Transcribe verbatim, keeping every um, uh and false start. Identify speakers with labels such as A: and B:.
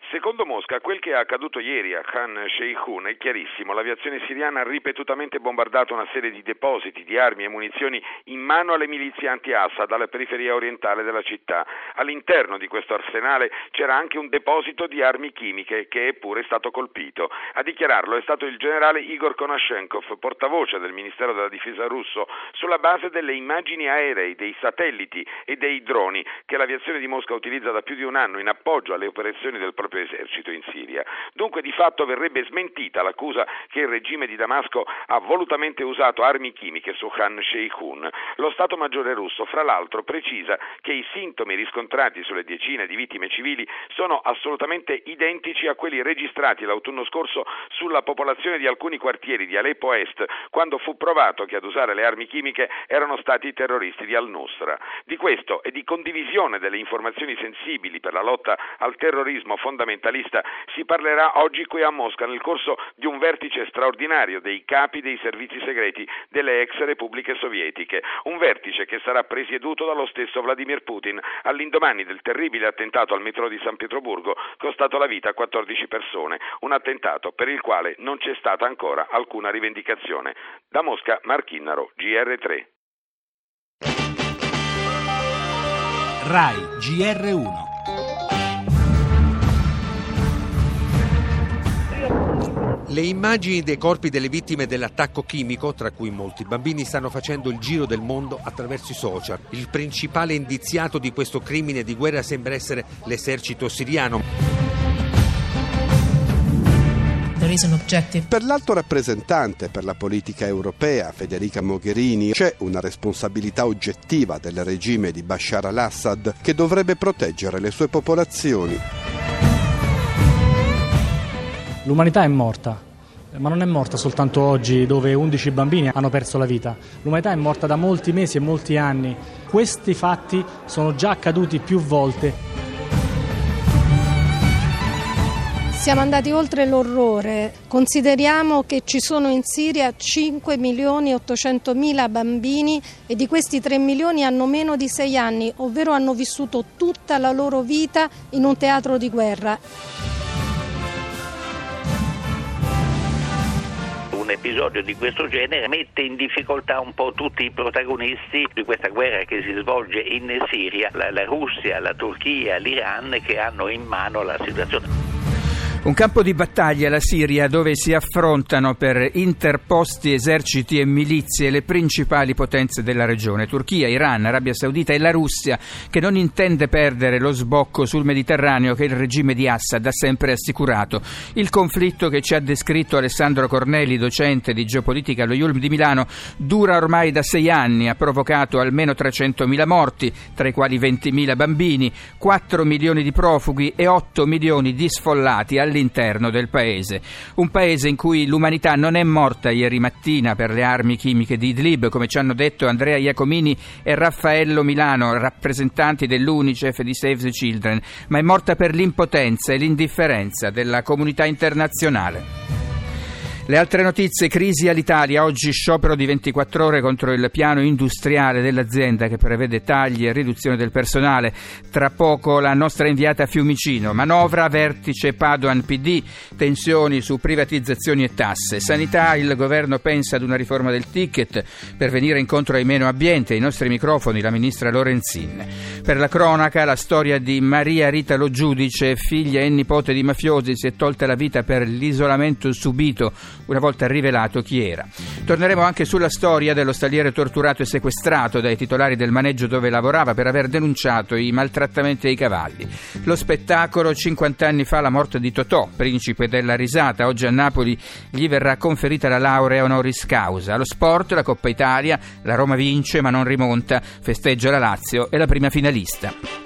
A: Secondo Mosca, quel che è accaduto ieri a Khan Sheikhoun è chiarissimo. L'aviazione siriana ha ripetutamente bombardato una serie di depositi di armi e munizioni in mano alle milizie anti-Assad alla periferia orientale della città. All'interno di questo arsenale c'era anche un deposito di armi chimiche che è pure stato colpito. A dichiararlo è stato il generale Igor Konashenkov, portavoce del Ministero della Difesa russo, sulla base delle immagini aerei, dei satelliti e dei droni che l'aviazione di Mosca utilizza da più di un anno in appoggio alle operazioni del proprio esercito in Siria. Dunque di fatto verrebbe smentita l'accusa che il regime di Damasco ha volutamente usato armi chimiche su Khan Sheikhoun. Lo Stato Maggiore russo, fra l'altro, precisa che i sintomi riscontrati sulle decine di vittime civili sono assolutamente identici a quelli registrati l'autunno scorso sulla popolazione di alcuni quartieri di Aleppo Est, quando fu provato che ad usare le armi chimiche erano stati i terroristi di al-Nusra. Di questo e di condivisione delle informazioni sensibili per la lotta al terrorismo fondamentale si parlerà oggi qui a Mosca nel corso di un vertice straordinario dei capi dei servizi segreti delle ex repubbliche sovietiche, un vertice che sarà presieduto dallo stesso Vladimir Putin all'indomani del terribile attentato al metro di San Pietroburgo costato la vita a quattordici persone, un attentato per il quale non c'è stata ancora alcuna rivendicazione. Da Mosca, Marchinnaro, G R tre.
B: Rai G R uno. Le immagini dei corpi delle vittime dell'attacco chimico, tra cui molti bambini, stanno facendo il giro del mondo attraverso i social. Il principale indiziato di questo crimine di guerra sembra essere l'esercito siriano.
C: Per l'alto rappresentante per la politica europea, Federica Mogherini, c'è una responsabilità oggettiva del regime di Bashar al-Assad che dovrebbe proteggere le sue popolazioni.
D: L'umanità è morta, ma non è morta soltanto oggi, dove undici bambini hanno perso la vita. L'umanità è morta da molti mesi e molti anni. Questi fatti sono già accaduti più volte.
E: Siamo andati oltre l'orrore. Consideriamo che ci sono in Siria cinque milioni ottocentomila bambini e di questi tre milioni hanno meno di sei anni, ovvero hanno vissuto tutta la loro vita in un teatro di guerra.
F: Un episodio di questo genere mette in difficoltà un po' tutti i protagonisti di questa guerra che si svolge in Siria, la, la Russia, la Turchia, l'Iran, che hanno in mano la situazione.
G: Un campo di battaglia, la Siria, dove si affrontano per interposti eserciti e milizie le principali potenze della regione, Turchia, Iran, Arabia Saudita e la Russia, che non intende perdere lo sbocco sul Mediterraneo che il regime di Assad ha sempre assicurato. Il conflitto che ci ha descritto Alessandro Corneli, docente di geopolitica allo I U L M di Milano, dura ormai da sei anni, ha provocato almeno trecentomila morti, tra i quali ventimila bambini, quattro milioni di profughi e otto milioni di sfollati all'interno del paese. Un paese in cui l'umanità non è morta ieri mattina per le armi chimiche di Idlib, come ci hanno detto Andrea Iacomini e Raffaello Milano, rappresentanti dell'UNICEF e di Save the Children, ma è morta per l'impotenza e l'indifferenza della comunità internazionale. Le altre notizie: crisi all'Italia, oggi sciopero di ventiquattro ore contro il piano industriale dell'azienda che prevede tagli e riduzione del personale. Tra poco la nostra inviata a Fiumicino, manovra vertice Padoan P D, tensioni su privatizzazioni e tasse. Sanità, il governo pensa ad una riforma del ticket per venire incontro ai meno abbienti. Ai nostri microfoni la ministra Lorenzin. Per la cronaca, la storia di Maria Rita Lo Giudice, figlia e nipote di mafiosi, si è tolta la vita per l'isolamento subito una volta rivelato chi era. Torneremo anche sulla storia dello stalliere torturato e sequestrato dai titolari del maneggio dove lavorava per aver denunciato i maltrattamenti ai cavalli. Lo spettacolo: cinquanta anni fa la morte di Totò, principe della risata. Oggi a Napoli gli verrà conferita la laurea honoris causa. Lo sport, la Coppa Italia, la Roma vince ma non rimonta, festeggia la Lazio e la prima finalista.